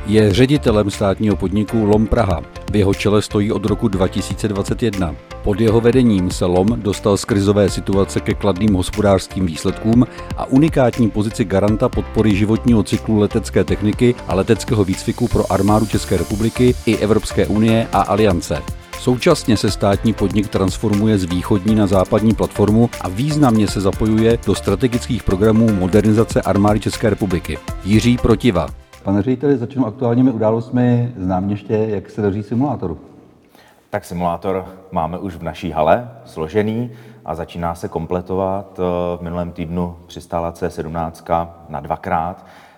Je ředitelem státního podniku LOM Praha. V jeho čele stojí od roku 2021. Pod jeho vedením se LOM dostal z krizové situace ke kladným hospodářským výsledkům a unikátní pozici garanta podpory životního cyklu letecké techniky a leteckého výcviku pro armádu České republiky i Evropské unie a Aliance. Současně se státní podnik transformuje z východní na západní platformu a významně se zapojuje do strategických programů modernizace armády České republiky. Jiří Protiva. Pane řediteli, začnu aktuálními událostmi z náměště, jak se daří simulátoru. Tak simulátor máme už v naší hale složený a začíná se kompletovat. V minulém týdnu přistála C17 na 2x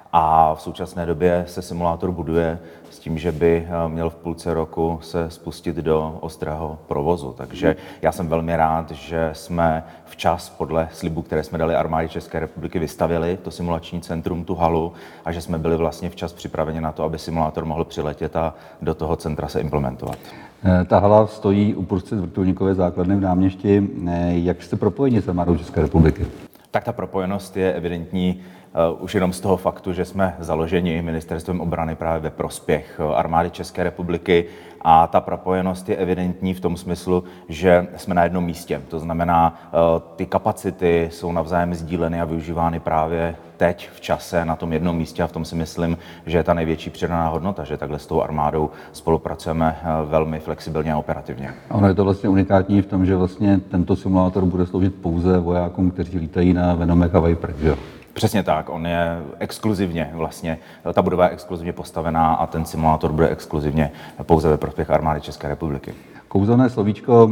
a v současné době se simulátor buduje s tím, že by měl v půlce roku se spustit do ostrého provozu. Takže já jsem velmi rád, že jsme včas podle slibů, které jsme dali armádě České republiky, vystavili to simulační centrum, tu halu, a že jsme byli vlastně včas připraveni na to, aby simulátor mohl přiletět a do toho centra se implementovat. Ta hala stojí uprostřed vrtulníkové základny v náměšti. Jak jste propojeni s armádou České republiky? Tak ta propojenost je evidentní už jenom z toho faktu, že jsme založeni Ministerstvem obrany právě ve prospěch armády České republiky, a ta propojenost je evidentní v tom smyslu, že jsme na jednom místě. To znamená, ty kapacity jsou navzájem sdíleny a využívány právě teď v čase na tom jednom místě, a v tom si myslím, že je ta největší přidaná hodnota, že takhle s tou armádou spolupracujeme velmi flexibilně a operativně. A ono je to vlastně unikátní v tom, že vlastně tento simulátor bude sloužit pouze vojákům, kteří lítají na Venomech a Viperech, že jo? Přesně tak, on je exkluzivně vlastně, ta budova je exkluzivně postavená a ten simulátor bude exkluzivně pouze ve prospěch armády České republiky. Kouzelné slovíčko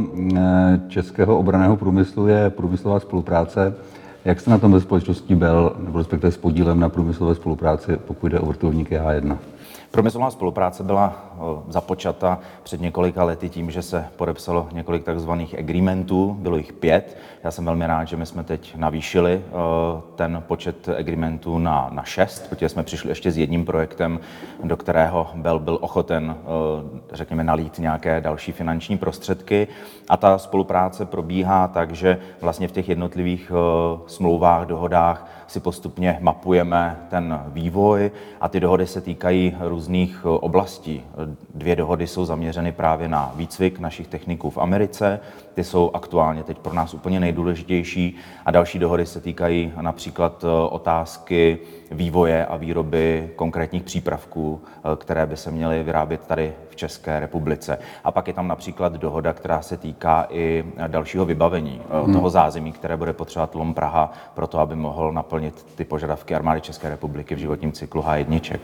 českého obranného průmyslu je průmyslová spolupráce. Jak jste na tom ve společnosti BEL, nebo respektive s podílem na průmyslové spolupráci, pokud jde o vrtulníky H1? Průmyslová spolupráce byla započata před několika lety tím, že se podepsalo několik takzvaných agreementů, bylo jich 5. Já jsem velmi rád, že my jsme teď navýšili ten počet agreementů na 6, protože jsme přišli ještě s jedním projektem, do kterého byl ochoten, řekněme, nalít nějaké další finanční prostředky. A ta spolupráce probíhá tak, že vlastně v těch jednotlivých smlouvách, dohodách si postupně mapujeme ten vývoj, a ty dohody se týkají různých oblastí. 2 dohody jsou zaměřeny právě na výcvik našich techniků v Americe, ty jsou aktuálně teď pro nás úplně nejdůležitější, a další dohody se týkají například otázky vývoje a výroby konkrétních přípravků, které by se měly vyrábět tady v České republice. A pak je tam například dohoda, která se týká i dalšího vybavení, toho zázemí, které bude potřebovat LOM Praha pro to, aby mohl naplnit ty požadavky armády České republiky v životním cyklu H1.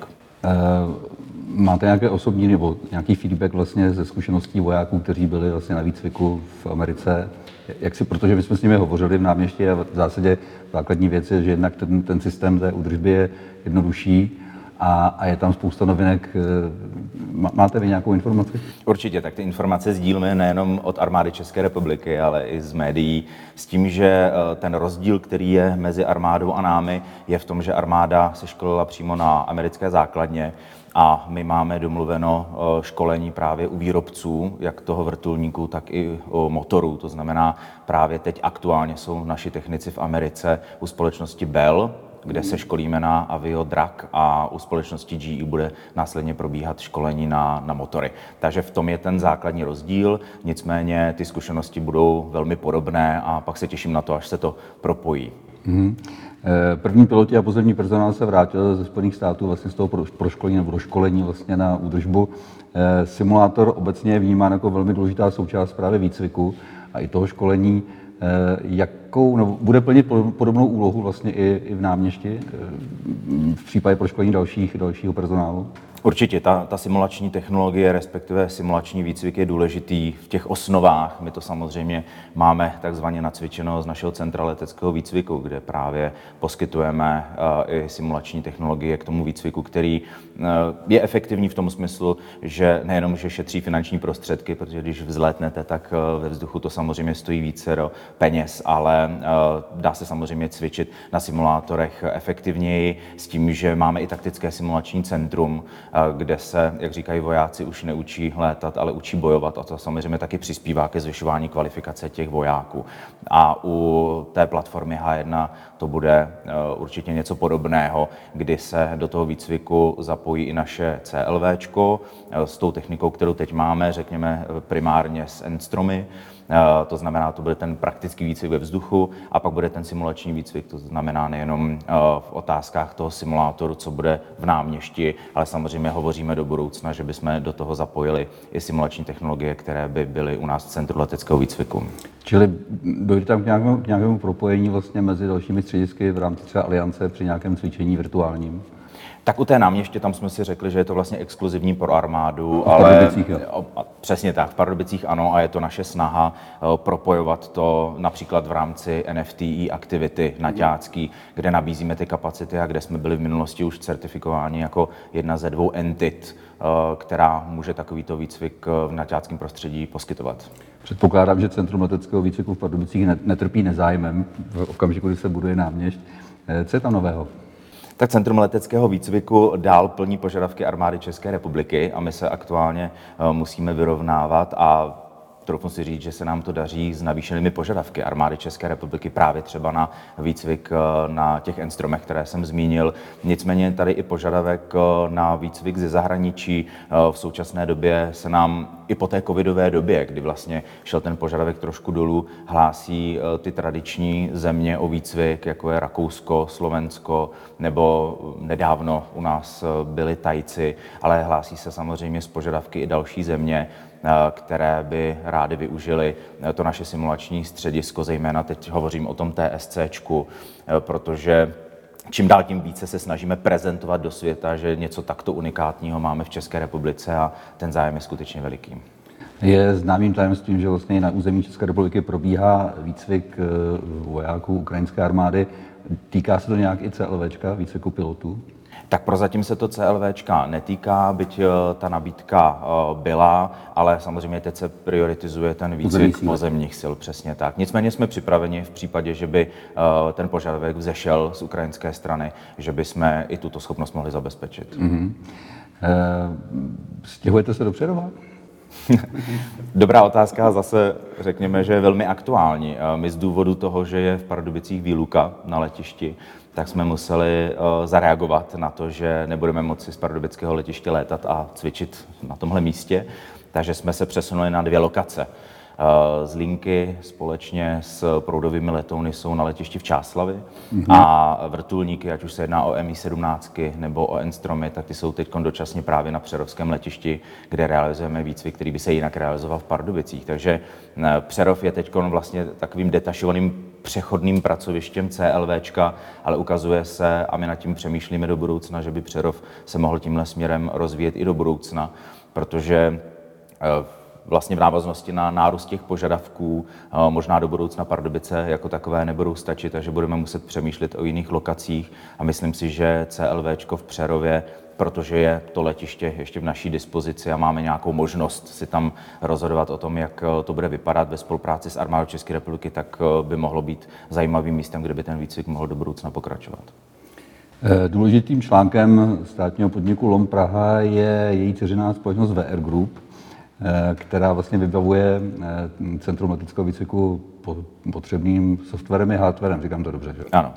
Máte nějaké osobní nebo nějaký feedback vlastně ze zkušeností vojáků, kteří byli vlastně na výcviku v Americe? Protože my jsme s nimi hovořili v náměstí a v zásadě základní věc je, že jednak ten systém té údržby je jednodušší a je tam spousta novinek. Máte vy nějakou informaci? Určitě, tak ty informace sdílíme nejenom od armády České republiky, ale i z médií, s tím, že ten rozdíl, který je mezi armádou a námi, je v tom, že armáda se školila přímo na americké základně a my máme domluveno školení právě u výrobců, jak toho vrtulníku, tak i motorů. To znamená, právě teď aktuálně jsou naši technici v Americe u společnosti BEL, kde se školíme na aviodrak, a u společnosti GE bude následně probíhat školení na motory. Takže v tom je ten základní rozdíl, nicméně ty zkušenosti budou velmi podobné a pak se těším na to, až se to propojí. První piloti a pozemní personál se vrátil ze Spojených států vlastně z toho proškolení nebo doškolení vlastně na údržbu. Simulátor obecně je vnímán jako velmi důležitá součást právě výcviku a i toho školení. Bude plnit podobnou úlohu vlastně i v náměšti v případě proškolení dalšího personálu? Určitě, ta simulační technologie, respektive simulační výcvik je důležitý v těch osnovách. My to samozřejmě máme takzvaně nacvičeno z našeho centra leteckého výcviku, kde právě poskytujeme i simulační technologie k tomu výcviku, který je efektivní v tom smyslu, že nejenom, že šetří finanční prostředky, protože když vzlétnete, tak ve vzduchu to samozřejmě stojí více peněz, ale dá se samozřejmě cvičit na simulátorech efektivněji s tím, že máme i taktické simulační centrum, kde se, jak říkají vojáci, už neučí létat, ale učí bojovat a to samozřejmě taky přispívá ke zvyšování kvalifikace těch vojáků. A u té platformy H1 to bude určitě něco podobného, kdy se do toho výcviku zapojí i naše CLVčko s tou technikou, kterou teď máme, řekněme primárně s N-stromy. To znamená, to bude ten praktický výcvik ve vzduchu a pak bude ten simulační výcvik, to znamená nejenom v otázkách toho simulátoru, co bude v náměšti, ale samozřejmě hovoříme do budoucna, že bychom do toho zapojili i simulační technologie, které by byly u nás v Centru leteckého výcviku. Čili dojde tam k nějakému propojení vlastně mezi dalšími středisky v rámci třeba aliance při nějakém cvičení virtuálním? Tak u té náměště tam jsme si řekli, že je to vlastně exkluzivní pro armádu, ale přesně tak, v Pardubicích ano, a je to naše snaha propojovat to například v rámci NFTI aktivity naťácký, kde nabízíme ty kapacity a kde jsme byli v minulosti už certifikováni jako jedna ze 2 entit, která může takovýto výcvik v naťáckém prostředí poskytovat. Předpokládám, že Centrum leteckého výcviku v Pardubicích netrpí nezájmem v okamžiku, kdy se buduje náměšť. Co je tam nového? Tak Centrum leteckého výcviku dál plní požadavky armády České republiky a my se aktuálně musíme vyrovnávat a troufnu si říct, že se nám to daří s navýšenými požadavky armády České republiky právě třeba na výcvik na těch N-stromech, které jsem zmínil. Nicméně tady i požadavek na výcvik ze zahraničí. V současné době se nám i po té covidové době, kdy vlastně šel ten požadavek trošku dolů, hlásí ty tradiční země o výcvik, jako je Rakousko, Slovensko, nebo nedávno u nás byli Tajci, ale hlásí se samozřejmě z požadavky i další země, které by rádi využili to naše simulační středisko, zejména teď hovořím o tom TSCčku, protože čím dál tím více se snažíme prezentovat do světa, že něco takto unikátního máme v České republice a ten zájem je skutečně veliký. Je známým tajemstvím, že vlastně na území České republiky probíhá výcvik vojáků ukrajinské armády. Týká se to nějak i CLVčka, výcviku pilotů? Tak prozatím se to CLVčka netýká, byť ta nabídka byla, ale samozřejmě teď se prioritizuje ten výcvik pozemních sil, přesně tak. Nicméně jsme připraveni v případě, že by ten požadavek vzešel z ukrajinské strany, že by jsme i tuto schopnost mohli zabezpečit. Stěhujete se do Přerova? Dobrá otázka, zase řekněme, že je velmi aktuální. My z důvodu toho, že je v Pardubicích výluka na letišti, tak jsme museli zareagovat na to, že nebudeme moci z pardubického letiště létat a cvičit na tomhle místě, takže jsme se přesunuli na 2 lokace. Zlínky společně s proudovými letouny jsou na letišti v Čáslavi a vrtulníky, ať už se jedná o Mi-17 nebo o N-stromy, tak ty jsou teď dočasně právě na přerovském letišti, kde realizujeme výcvik, který by se jinak realizoval v Pardubicích. Takže Přerov je teď vlastně takovým detašovaným přechodným pracovištěm CLVčka, ale ukazuje se, a my nad tím přemýšlíme do budoucna, že by Přerov se mohl tímhle směrem rozvíjet i do budoucna, protože vlastně v návaznosti na nárůst těch požadavků možná do budoucna Pardubice jako takové nebudou stačit, takže budeme muset přemýšlet o jiných lokacích a myslím si, že CLVčko v Přerově, protože je to letiště ještě v naší dispozici a máme nějakou možnost si tam rozhodovat o tom, jak to bude vypadat ve spolupráci s armádou České republiky, tak by mohlo být zajímavým místem, kde by ten výcvik mohl do budoucna pokračovat. Důležitým článkem státního podniku LOM Praha je její dceřiná společnost VR Group, která vlastně vybavuje Centrum leteckého výcviku potřebným softwarem i hardwarem, říkám to dobře, že? Ano.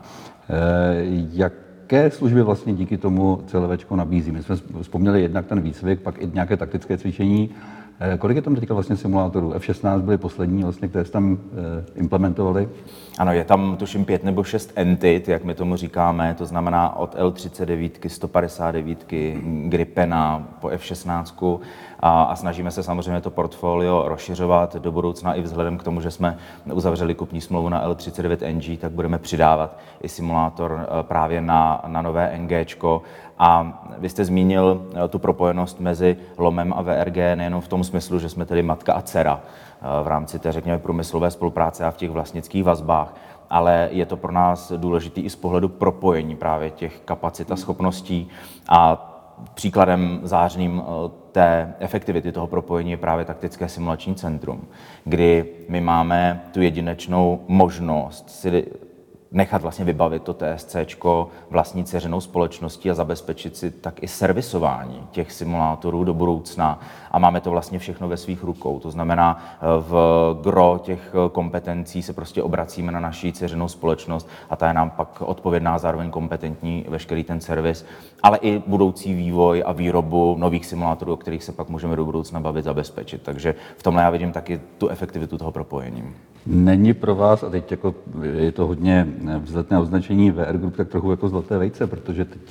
Jaké služby vlastně díky tomu CLVčko nabízí? My jsme vzpomněli jednak ten výcvik, pak i nějaké taktické cvičení. Kolik je tam teďka vlastně simulátorů? F-16 byly poslední, vlastně, které jste tam implementovali? Ano, je tam tuším 5 nebo 6 entit, jak my tomu říkáme, to znamená od L-39, 159, Gripena po F-16 a snažíme se samozřejmě to portfolio rozšiřovat do budoucna i vzhledem k tomu, že jsme uzavřeli kupní smlouvu na L-39NG, tak budeme přidávat i simulátor právě na nové NGčko. A vy jste zmínil tu propojenost mezi LOMem a VRG nejenom v tom smyslu, že jsme tedy matka a dcera v rámci té, řekněme, průmyslové spolupráce a v těch vlastnických vazbách, ale je to pro nás důležitý i z pohledu propojení právě těch kapacit a schopností. A příkladem zářným té efektivity toho propojení je právě taktické simulační centrum, kdy my máme tu jedinečnou možnost si nechat vlastně vybavit to TSCčko vlastní dceřinou společností a zabezpečit si tak i servisování těch simulátorů do budoucna. A máme to vlastně všechno ve svých rukou. To znamená, v gro těch kompetencí se prostě obracíme na naši dceřinou společnost a ta je nám pak odpovědná, zároveň kompetentní veškerý ten servis, ale i budoucí vývoj a výrobu nových simulátorů, o kterých se pak můžeme do budoucna bavit, zabezpečit. Takže v tomhle já vidím taky tu efektivitu toho propojení. Není pro vás, a teď jako je to hodně vzletné označení VR Group, tak trochu jako zlaté vejce, protože teď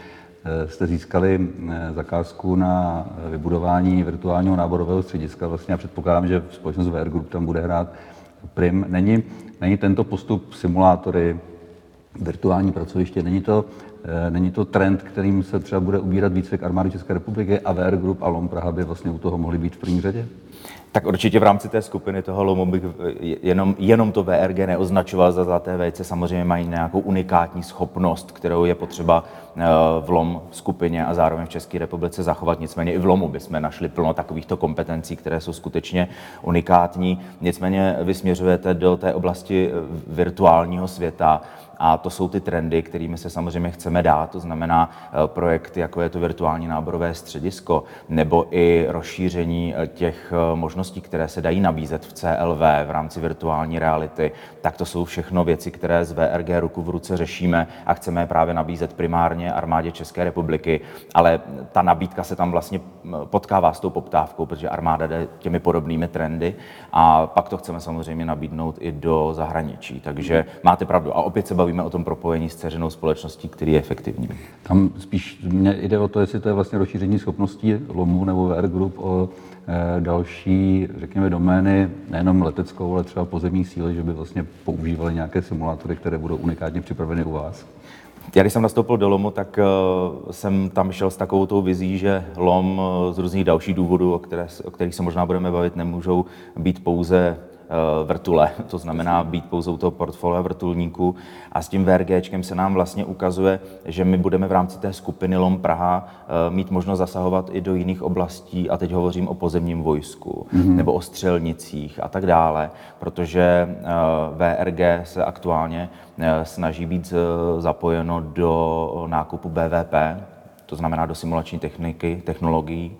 jste získali zakázku na vybudování virtuálního náborového střediska. Vlastně já předpokládám, že společnost VR Group tam bude hrát prim. Není tento postup simulátory, virtuální pracoviště, není to trend, kterým se třeba bude ubírat výcvik armády České republiky a VR Group a LOM Praha by vlastně u toho mohli být v první řadě? Tak určitě v rámci té skupiny toho LOMu bych jenom to VRG neoznačoval za zlaté vejce. Samozřejmě mají nějakou unikátní schopnost, kterou je potřeba v LOM skupině a zároveň v České republice zachovat. Nicméně i v LOMu bychom našli plno takovýchto kompetencí, které jsou skutečně unikátní. Nicméně vy směřujete do té oblasti virtuálního světa. A to jsou ty trendy, kterými se samozřejmě chceme dát, to znamená projekty, jako je to virtuální náborové středisko, nebo i rozšíření těch možností, které se dají nabízet v CLV v rámci virtuální reality. Tak to jsou všechno věci, které z VRG ruku v ruce řešíme a chceme je právě nabízet primárně armádě České republiky, ale ta nabídka se tam vlastně potkává s tou poptávkou, protože armáda jde těmi podobnými trendy a pak to chceme samozřejmě nabídnout i do zahraničí. Takže máte pravdu. A opět se bavíme o tom propojení s dceřinou společností, který je efektivní. Tam spíš mě jde o to, jestli to je vlastně rozšíření schopností LOMu nebo VR Group o další, řekněme, domény, nejenom leteckou, ale třeba pozemní síly, že by vlastně používali nějaké simulátory, které budou unikátně připraveny u vás. Já když jsem nastoupil do LOMu, tak jsem tam šel s takovou tou vizí, že LOM z různých dalších důvodů, o kterých se možná budeme bavit, nemůžou být pouze vrtule, to znamená být pouze u toho portfolia vrtulníků a s tím VRGčkem se nám vlastně ukazuje, že my budeme v rámci té skupiny LOM Praha mít možnost zasahovat i do jiných oblastí a teď hovořím o pozemním vojsku nebo o střelnicích a tak dále, protože VRG se aktuálně snaží být zapojeno do nákupu BVP, to znamená do simulační technologií,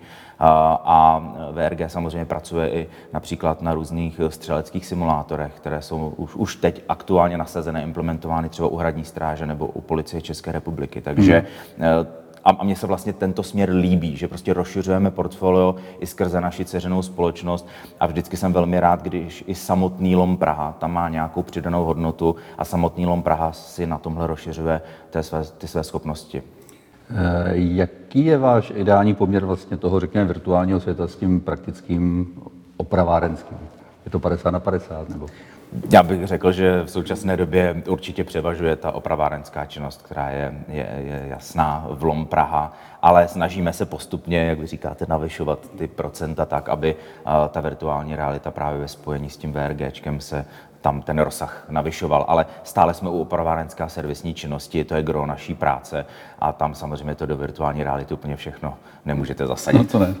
a VRG samozřejmě pracuje i například na různých střeleckých simulátorech, které jsou už teď aktuálně nasazené, implementovány třeba u Hradní stráže nebo u Policie České republiky. Takže a mně se vlastně tento směr líbí, že prostě rozšiřujeme portfolio i skrze naši dceřinou společnost a vždycky jsem velmi rád, když i samotný LOM Praha tam má nějakou přidanou hodnotu a samotný LOM Praha si na tomhle rozšiřuje ty své schopnosti. Jaký je váš ideální poměr vlastně toho, řekněme, virtuálního světa s tím praktickým opravárenským? Je to 50/50 nebo? Já bych řekl, že v současné době určitě převažuje ta opravárenská činnost, která je jasná v LOM Praha, ale snažíme se postupně, jak vy říkáte, navyšovat ty procenta tak, aby ta virtuální realita právě ve spojení s tím VRGčkem se tam ten rozsah navyšoval, ale stále jsme u opravárenské servisní činnosti, to je gro naší práce a tam samozřejmě to do virtuální reality úplně všechno nemůžete zasadit. No to ne.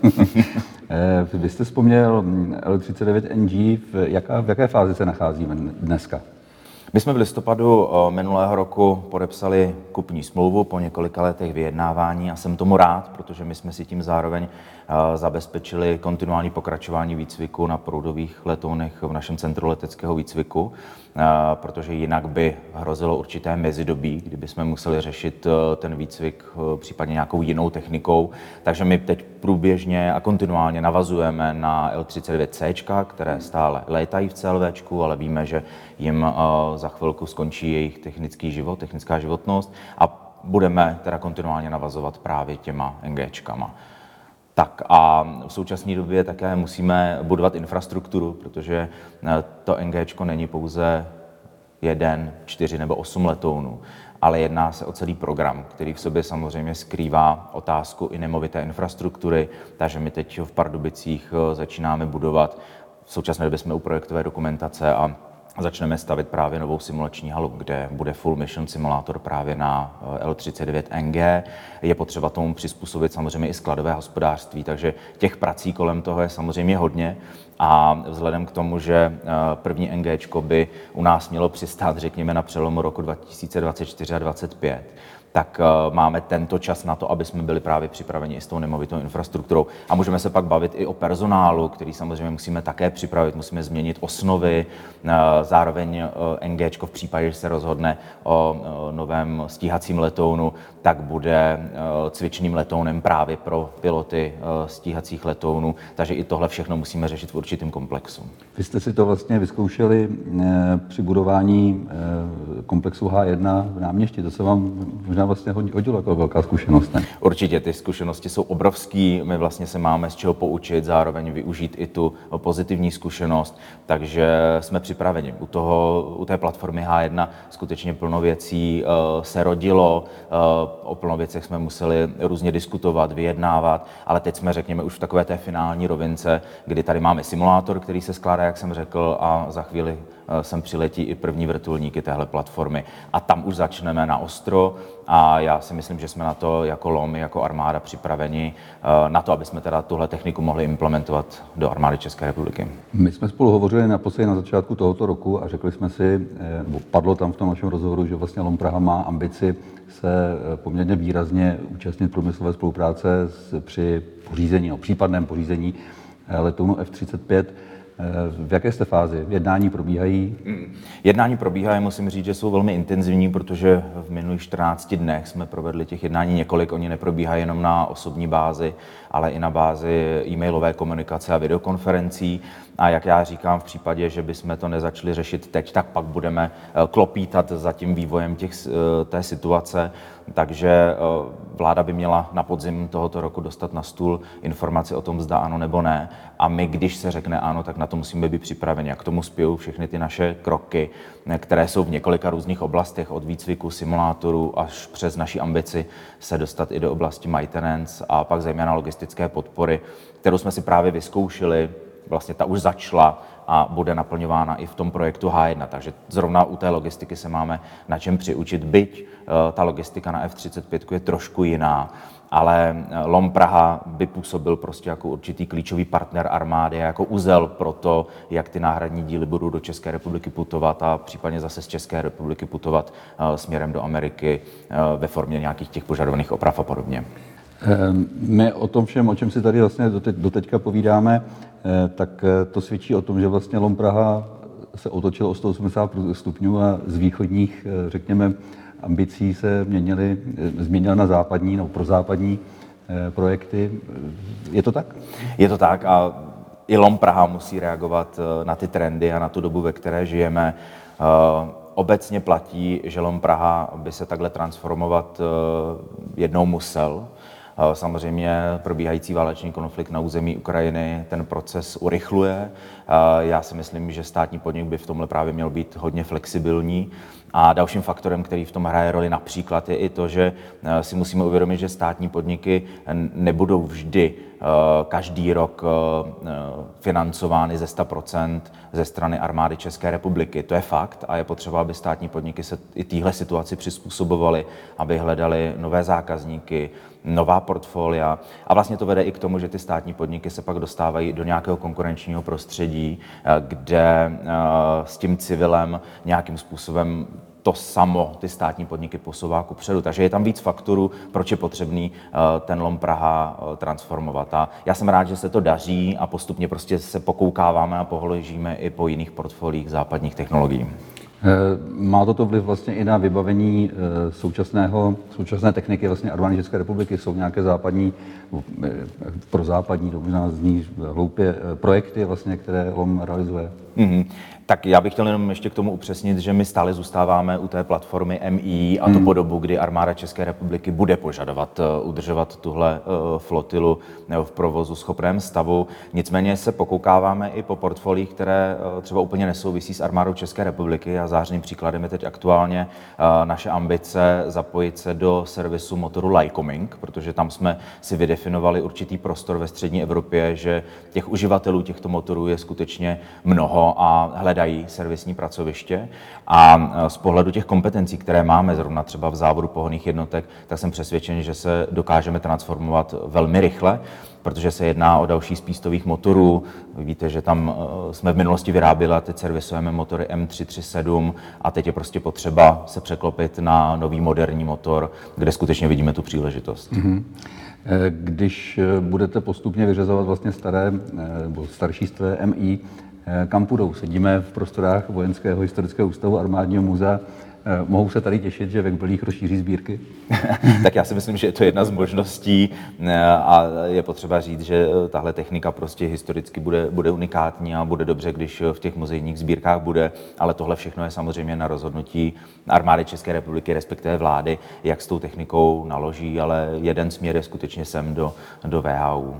Vy jste vzpomněl L39NG, v jaké fázi se nacházíme dneska? My jsme v listopadu minulého roku podepsali kupní smlouvu po několika letech vyjednávání a jsem tomu rád, protože my jsme si tím zároveň zabezpečili kontinuální pokračování výcviku na proudových letounech v našem centru leteckého výcviku, protože jinak by hrozilo určité mezidobí, kdyby jsme museli řešit ten výcvik případně nějakou jinou technikou. Takže my teď průběžně a kontinuálně navazujeme na L39C, které stále létají v CLVčku, ale víme, že jim za chvilku skončí jejich technická životnost a budeme teda kontinuálně navazovat právě těma NGčkama. Tak a v současné době také musíme budovat infrastrukturu, protože to NGčko není pouze 1, 4 nebo 8 letounů, ale jedná se o celý program, který v sobě samozřejmě skrývá otázku i nemovité infrastruktury, takže my teď v Pardubicích začínáme budovat. V současné době jsme u projektové dokumentace a začneme stavit právě novou simulační halu, kde bude full mission simulátor právě na L39NG. Je potřeba tomu přizpůsobit samozřejmě i skladové hospodářství, takže těch prací kolem toho je samozřejmě hodně. A vzhledem k tomu, že první NGčko by u nás mělo přistát, řekněme, na přelomu roku 2024 a 2025, tak máme tento čas na to, aby jsme byli právě připraveni i s tou nemovitou infrastrukturou. A můžeme se pak bavit i o personálu, který samozřejmě musíme také připravit, musíme změnit osnovy, zároveň NGčko v případě, že se rozhodne o novém stíhacím letounu, tak bude cvičným letounem právě pro piloty stíhacích letounů, takže i tohle všechno musíme řešit v určitém komplexu. Vy jste si to vlastně vyzkoušeli při budování komplexu H1 v Náměšti, to se vám možná vlastně hodilo jako velká zkušenost, ne? Určitě, ty zkušenosti jsou obrovský, my vlastně se máme z čeho poučit, zároveň využít i tu pozitivní zkušenost, takže jsme připraveni. U té platformy H1 skutečně plno věcí se rodilo, o plno věcech jsme museli různě diskutovat, vyjednávat, ale teď jsme, řekněme, už v takové té finální rovince, kdy tady máme simulátor, který se skládá, jak jsem řekl, a za chvíli sem přiletí i první vrtulníky téhle platformy. A tam už začneme na ostro a já si myslím, že jsme na to jako LOM, jako armáda připraveni na to, aby jsme teda tuhle techniku mohli implementovat do armády České republiky. My jsme spolu hovořili naposledy na začátku tohoto roku a řekli jsme si, nebo padlo tam v tom našem rozhovoru, že vlastně LOM Praha má ambici se poměrně výrazně účastnit průmyslové spolupráce při pořízení, případném pořízení letounu F-35. V jaké jste fázi? Jednání probíhají? Jednání probíhají, musím říct, že jsou velmi intenzivní, protože v minulých 14 dnech jsme provedli těch jednání několik. Oni neprobíhají jenom na osobní bázi, ale i na bázi e-mailové komunikace a videokonferencí. A jak já říkám, v případě, že bychom to nezačali řešit teď, tak pak budeme klopítat za tím vývojem té situace. Takže vláda by měla na podzim tohoto roku dostat na stůl informaci o tom, zda ano nebo ne. A my, když se řekne ano, tak na to musíme být připraveni. A k tomu spějou všechny ty naše kroky, které jsou v několika různých oblastech, od výcviku, simulátorů až přes naši ambici se dostat i do oblasti maintenance a pak zejména logistické podpory, kterou jsme si právě vyzkoušeli. Vlastně ta už začala a bude naplňována i v tom projektu H1. Takže zrovna u té logistiky se máme na čem přiučit, byť ta logistika na F-35 je trošku jiná, ale LOM Praha by působil prostě jako určitý klíčový partner armády, jako uzel pro to, jak ty náhradní díly budou do České republiky putovat a případně zase z České republiky putovat směrem do Ameriky ve formě nějakých těch požadovaných oprav a podobně. My o tom všem, o čem si tady vlastně doteďka povídáme, tak to svědčí o tom, že vlastně LOM Praha se otočil o 180 stupňů a z východních, řekněme, ambicí se změnila na západní nebo prozápadní projekty. Je to tak? Je to tak a i LOM Praha musí reagovat na ty trendy a na tu dobu, ve které žijeme. Obecně platí, že LOM Praha by se takhle transformovat jednou musel. Samozřejmě probíhající válečný konflikt na území Ukrajiny ten proces urychluje. Já si myslím, že státní podnik by v tomhle právě měl být hodně flexibilní. A dalším faktorem, který v tom hraje roli například, je i to, že si musíme uvědomit, že státní podniky nebudou vždy každý rok financovány ze 100% ze strany armády České republiky. To je fakt a je potřeba, aby státní podniky se i téhle situaci přizpůsobovaly, aby hledali nové zákazníky, nová portfolia. A vlastně to vede i k tomu, že ty státní podniky se pak dostávají do nějakého konkurenčního prostředí, kde s tím civilem nějakým způsobem to samo ty státní podniky posouvá kupředu. Takže je tam víc faktorů, proč je potřebný ten LOM Praha transformovat. A já jsem rád, že se to daří a postupně prostě se pokoukáváme a pohlížíme i po jiných portfoliích západních technologií. Má toto vliv vlastně i na vybavení současné techniky vlastně armády České republiky? Jsou nějaké západní, prozápadní, to možná zní hloupě, projekty vlastně, které LOM realizuje? Tak já bych chtěl jenom ještě k tomu upřesnit, že my stále zůstáváme u té platformy MI a to po dobu, kdy armáda České republiky bude požadovat udržovat tuhle flotilu v provozu schopném stavu. Nicméně se pokoukáváme i po portfoliích, které třeba úplně nesouvisí s armádou České republiky a zářným příkladem je teď aktuálně naše ambice zapojit se do servisu motoru Lycoming, protože tam jsme si vydefinovali určitý prostor ve střední Evropě, že těch uživatelů těchto motorů je skutečně mnoho a hledají servisní pracoviště. A z pohledu těch kompetencí, které máme zrovna třeba v závodu pohonných jednotek, tak jsem přesvědčen, že se dokážeme transformovat velmi rychle, protože se jedná o další z pístových motorů. Víte, že tam jsme v minulosti vyráběli a teď servisujeme motory M337 a teď je prostě potřeba se překlopit na nový moderní motor, kde skutečně vidíme tu příležitost. Mm-hmm. Když budete postupně vyřazovat vlastně staré nebo starší stroje MI, kam půjdou? Sedíme v prostorách Vojenského historického ústavu Armádního muzea. Mohou se tady těšit, že ve Kbelích rozšíří sbírky? Tak já si myslím, že je to jedna z možností a je potřeba říct, že tahle technika prostě historicky bude unikátní a bude dobře, když v těch muzejních sbírkách bude, ale tohle všechno je samozřejmě na rozhodnutí Armády České republiky, respektive vlády, jak s tou technikou naloží, ale jeden směr je skutečně sem do VHU.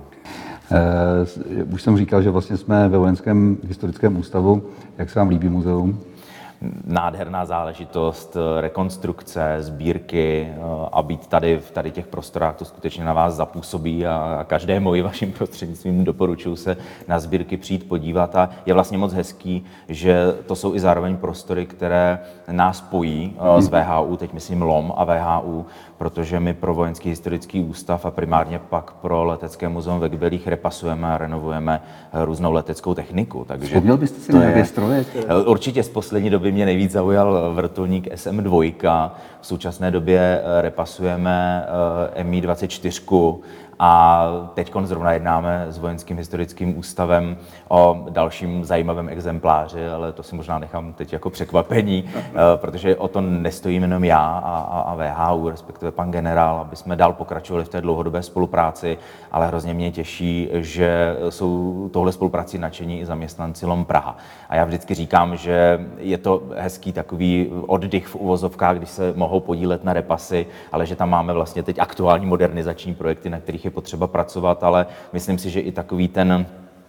Už jsem říkal, že vlastně jsme ve Vojenském historickém ústavu. Jak se vám líbí muzeum? Nádherná záležitost, rekonstrukce, sbírky a být tady v těch prostorách, to skutečně na vás zapůsobí a každému i vaším prostřednictvím doporučuji se na sbírky přijít podívat a je vlastně moc hezký, že to jsou i zároveň prostory, které nás spojí s VHU, teď myslím LOM a VHU, protože my pro Vojenský historický ústav a primárně pak pro Letecké muzeum ve Kbelích repasujeme a renovujeme různou leteckou techniku. Takže vzpomněl byste si nějaké stroje? Určitě z poslední doby mě nejvíc zaujal vrtulník SM2. V současné době repasujeme Mi-24 a teď zrovna jednáme s Vojenským historickým ústavem o dalším zajímavém exempláři, ale to si možná nechám teď jako překvapení, protože o to nestojím jenom já a VHU, respektive pan generál, aby jsme dál pokračovali v té dlouhodobé spolupráci, ale hrozně mě těší, že jsou tohle spoluprací nadšení i zaměstnanci LOM Praha. A já vždycky říkám, že je to hezký takový oddych v uvozovkách, když se mohou podílet na repasy, ale že tam máme vlastně teď aktuální modernizační projekty, na kterých je potřeba pracovat, ale myslím si, že i takový ten,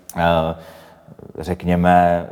řekněme,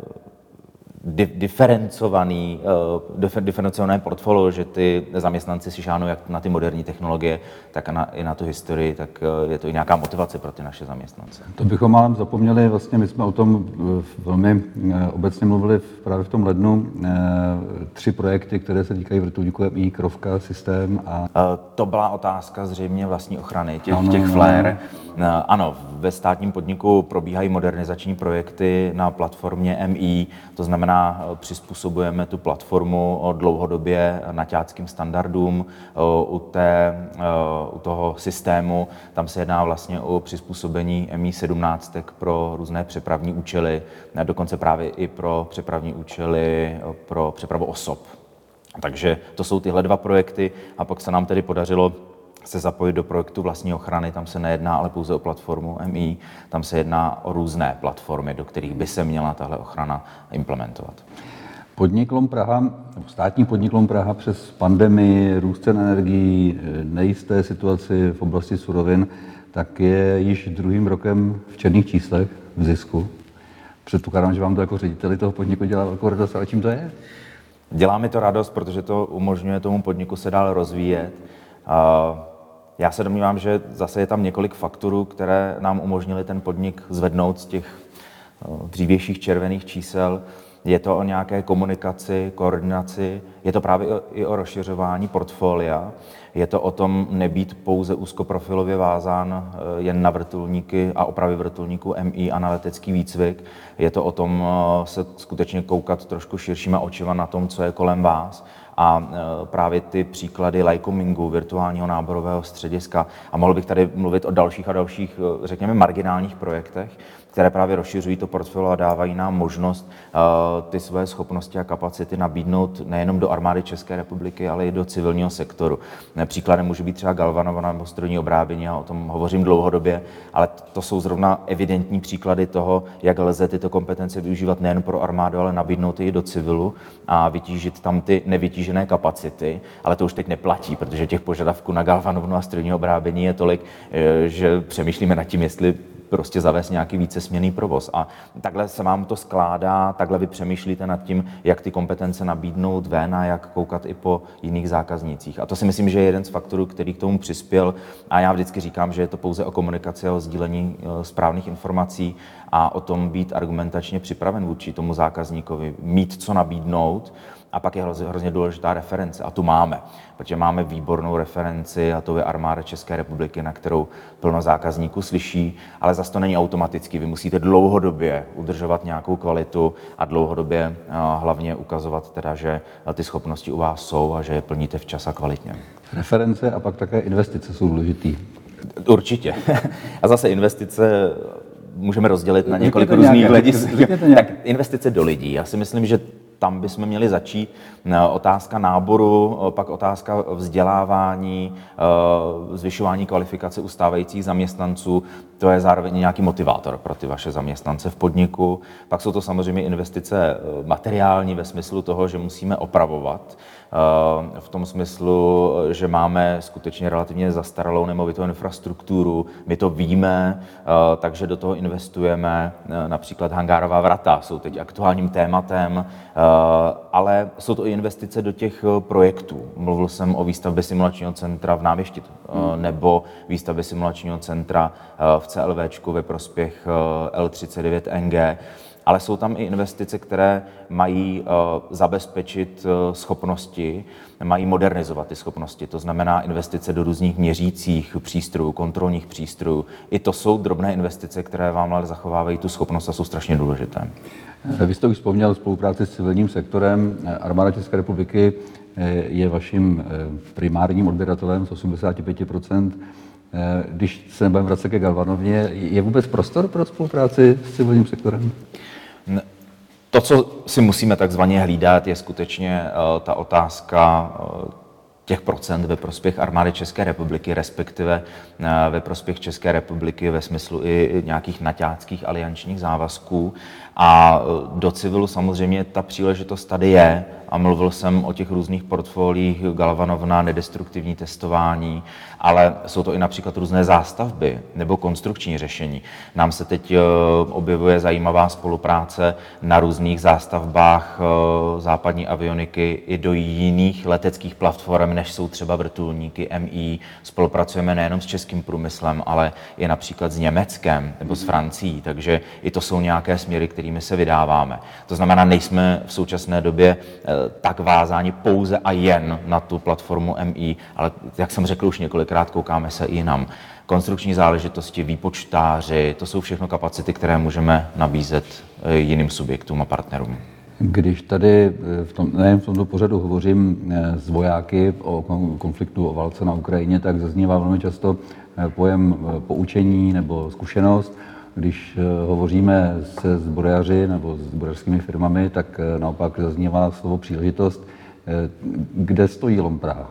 diferencované portfolio, že ty zaměstnanci si šáhnou jak na ty moderní technologie, tak i na tu historii, tak je to i nějaká motivace pro ty naše zaměstnance. To bychom málem zapomněli, vlastně my jsme o tom velmi obecně mluvili právě v tom lednu. 3 projekty, které se týkají vrtulníku MI, Krovka, systém a... To byla otázka zřejmě vlastní ochrany těch flare. Ano, ve státním podniku probíhají modernizační projekty na platformě MI, to znamená, přizpůsobujeme tu platformu dlouhodobě naťáckým standardům. U toho systému tam se jedná vlastně o přizpůsobení Mi-17 pro různé přepravní účely, dokonce právě i pro přepravní účely pro přepravu osob. Takže to jsou tyhle 2 projekty a pak se nám tedy podařilo se zapojit do projektu vlastní ochrany. Tam se nejedná ale pouze o platformu MI, tam se jedná o různé platformy, do kterých by se měla tahle ochrana implementovat. Podnik LOM Praha, státní podnik LOM Praha přes pandemii, růst cen energií, nejisté situaci v oblasti surovin, tak je již 2. rokem v černých číslech, v zisku. Předpokládám, že vám to jako řediteli toho podniku dělá velkou radost, ale čím to je? Dělá mi to radost, protože to umožňuje tomu podniku se dál rozvíjet. Já se domnívám, že zase je tam několik faktorů, které nám umožnily ten podnik zvednout z těch dřívějších červených čísel. Je to o nějaké komunikaci, koordinaci, je to právě i o rozšiřování portfolia, je to o tom nebýt pouze úzkoprofilově vázán jen na vrtulníky a opravy vrtulníků MI a na letecký výcvik, je to o tom se skutečně koukat trošku širšíma očima na tom, co je kolem vás. A právě ty příklady Lycomingu, virtuálního náborového střediska, a mohl bych tady mluvit o dalších a dalších, řekněme, marginálních projektech, které právě rozšiřují to portfolio a dávají nám možnost ty své schopnosti a kapacity nabídnout nejenom do armády České republiky, ale i do civilního sektoru. Příkladem může být třeba galvanovaná nebo strojní obrábění, já o tom hovořím dlouhodobě, ale to jsou zrovna evidentní příklady toho, jak lze tyto kompetence využívat nejen pro armádu, ale nabídnout i do civilu a vytížit tam ty nevytížené kapacity, ale to už teď neplatí, protože těch požadavků na galvanovnu a strojní obrábění je tolik, že přemýšlíme nad tím, jestli prostě zavést nějaký vícesměnný provoz. A takhle se vám to skládá, takhle vy přemýšlíte nad tím, jak ty kompetence nabídnout ven a jak koukat i po jiných zákaznících. A to si myslím, že je jeden z faktorů, který k tomu přispěl. A já vždycky říkám, že je to pouze o komunikaci a o sdílení správných informací a o tom být argumentačně připraven vůči tomu zákazníkovi, mít co nabídnout. A pak je hrozně důležitá reference a tu máme, protože máme výbornou referenci a to je Armáda České republiky, na kterou plno zákazníků slyší, ale zase to není automaticky. Vy musíte dlouhodobě udržovat nějakou kvalitu a dlouhodobě hlavně ukazovat teda, že ty schopnosti u vás jsou a že je plníte včas a kvalitně. Reference a pak také investice jsou důležitý. Určitě. A zase investice můžeme rozdělit na několik různých hledisek. Tak investice do lidí. Já si myslím, že tam bychom měli začít. Otázka náboru, pak otázka vzdělávání, zvyšování kvalifikace u stávajících zaměstnanců. To je zároveň nějaký motivátor pro ty vaše zaměstnance v podniku. Pak jsou to samozřejmě investice materiální ve smyslu toho, že musíme opravovat. V tom smyslu, že máme skutečně relativně zastaralou nemovitou infrastrukturu. My to víme, takže do toho investujeme. Například hangárová vrata jsou teď aktuálním tématem, ale jsou to i investice do těch projektů. Mluvil jsem o výstavbě simulačního centra v Náměšti nebo výstavbě simulačního centra v CLVčku ve prospěch L39NG. Ale jsou tam i investice, které mají zabezpečit schopnosti, mají modernizovat ty schopnosti. To znamená investice do různých měřících přístrojů, kontrolních přístrojů. I to jsou drobné investice, které vám ale zachovávají tu schopnost a jsou strašně důležité. Vy jste už vzpomněl spolupráci s civilním sektorem. Armáda České republiky je vaším primárním odběratelem z 85%. Když se nebudeme vracet ke Galvanovně, je vůbec prostor pro spolupráci s civilním sektorem? To, co si musíme takzvaně hlídat, je skutečně ta otázka těch procent ve prospěch Armády České republiky, respektive ve prospěch České republiky ve smyslu i nějakých naťáckých aliančních závazků. A do civilu samozřejmě ta příležitost tady je. A mluvil jsem o těch různých portfoliích, Galvanovna, nedestruktivní testování, ale jsou to i například různé zástavby nebo konstrukční řešení. Nám se teď objevuje zajímavá spolupráce na různých zástavbách západní avioniky i do jiných leteckých platform, než jsou třeba vrtulníky MI. Spolupracujeme nejenom s českým průmyslem, ale i například s Německem nebo s Francií, takže i to jsou nějaké směry, kterými se vydáváme. To znamená, nejsme v současné době tak vázáni pouze a jen na tu platformu MI, ale jak jsem řekl už několikrát, koukáme se i jinam. Konstrukční záležitosti, výpočtáři, to jsou všechno kapacity, které můžeme nabízet jiným subjektům a partnerům. Když tady nejen v tomto pořadu hovořím s vojáky o konfliktu, o válce na Ukrajině, tak zaznívá velmi často pojem poučení nebo zkušenost. Když hovoříme se zbrojaři nebo s zbrojařskými firmami, tak naopak zaznívá slovo příležitost. Kde stojí LOM Praha?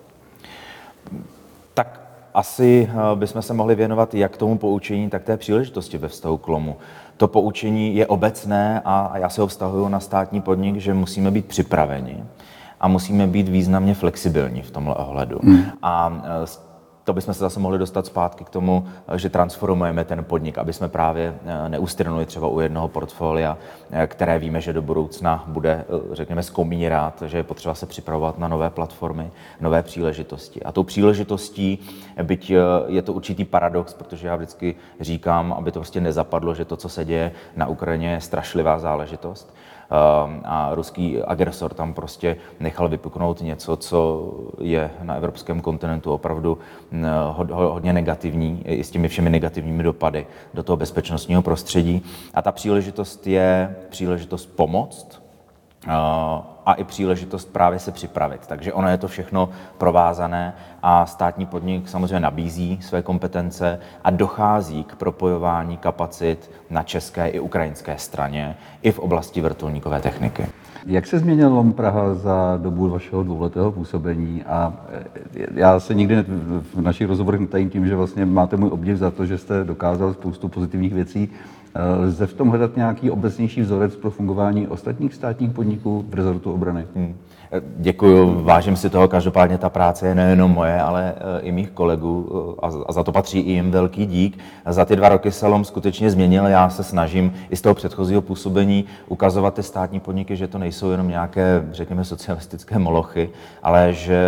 Tak asi bychom se mohli věnovat jak tomu poučení, tak té příležitosti ve vztahu k LOMu. To poučení je obecné a já se ho vztahuju na státní podnik, že musíme být připraveni a musíme být významně flexibilní v tomhle ohledu. A to bychom se zase mohli dostat zpátky k tomu, že transformujeme ten podnik, aby jsme právě neustrnuli třeba u jednoho portfolia, které víme, že do budoucna bude, řekněme, skomírat, že je potřeba se připravovat na nové platformy, nové příležitosti. A tou příležitostí, byť je to určitý paradox, protože já vždycky říkám, aby to prostě nezapadlo, že to, co se děje na Ukrajině, je strašlivá záležitost. A ruský agresor tam prostě nechal vypuknout něco, co je na evropském kontinentu opravdu hodně negativní, i s těmi všemi negativními dopady do toho bezpečnostního prostředí. A ta příležitost je příležitost pomoct a i příležitost právě se připravit. Takže ono je to všechno provázané a státní podnik samozřejmě nabízí své kompetence a dochází k propojování kapacit na české i ukrajinské straně i v oblasti vrtulníkové techniky. Jak se změnil LOM Praha za dobu vašeho dvouletého působení? A já se nikdy v našich rozhovorech netajím tím, že vlastně máte můj obdiv za to, že jste dokázal spoustu pozitivních věcí Lze v tom hledat nějaký obecnější vzorec pro fungování ostatních státních podniků v rezortu obrany? Děkuju, vážím si toho, každopádně ta práce je nejenom moje, ale i mých kolegů a za to patří i jim velký dík. Za ty 2 roky se LOM skutečně změnil, já se snažím i z toho předchozího působení ukazovat ty státní podniky, že to nejsou jenom nějaké, řekněme, socialistické molochy, ale že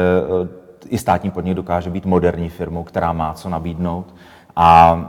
i státní podnik dokáže být moderní firmou, která má co nabídnout. A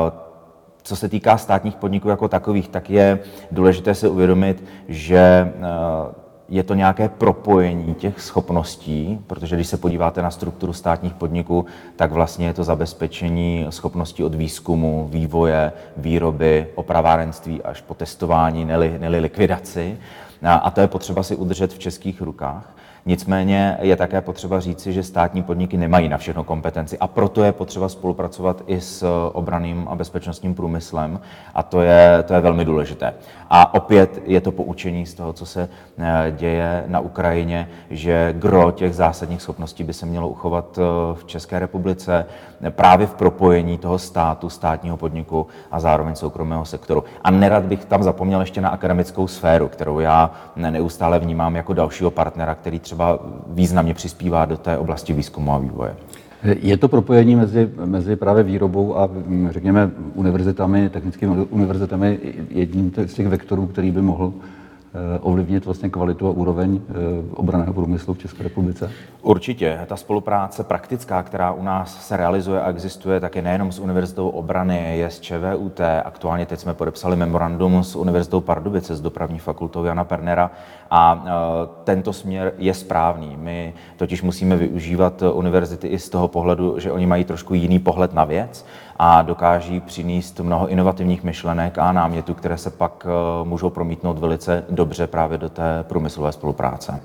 co se týká státních podniků jako takových, tak je důležité si uvědomit, že je to nějaké propojení těch schopností, protože když se podíváte na strukturu státních podniků, tak vlastně je to zabezpečení schopností od výzkumu, vývoje, výroby, opravárenství až po testování, neli likvidaci. A to je potřeba si udržet v českých rukách. Nicméně je také potřeba říci, že státní podniky nemají na všechno kompetenci a proto je potřeba spolupracovat i s obranným a bezpečnostním průmyslem a to je velmi důležité. A opět je to poučení z toho, co se děje na Ukrajině, že gro těch zásadních schopností by se mělo uchovat v České republice právě v propojení toho státu, státního podniku a zároveň soukromého sektoru. A nerad bych tam zapomněl ještě na akademickou sféru, kterou já neustále vnímám jako dalšího partnera, který třeba významně přispívá do té oblasti výzkumu a vývoje. Je to propojení mezi právě výrobou a řekněme univerzitami, technickými univerzitami jedním z těch vektorů, který by mohl ovlivnit vlastně kvalitu a úroveň obranného průmyslu v České republice? Určitě. Ta spolupráce praktická, která u nás se realizuje a existuje, tak je nejenom s Univerzitou obrany, je s ČVUT. Aktuálně teď jsme podepsali memorandum s Univerzitou Pardubice, s dopravní fakultou Jana Pernera a tento směr je správný. My totiž musíme využívat univerzity i z toho pohledu, že oni mají trošku jiný pohled na věc a dokáží přinést mnoho inovativních myšlenek a námětů, které se pak můžou promítnout velice dobře právě do té průmyslové spolupráce.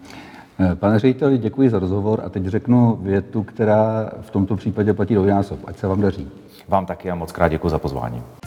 Pane řediteli, děkuji za rozhovor a teď řeknu větu, která v tomto případě platí dvojnásob. Ať se vám daří. Vám taky a moc krát děkuji za pozvání.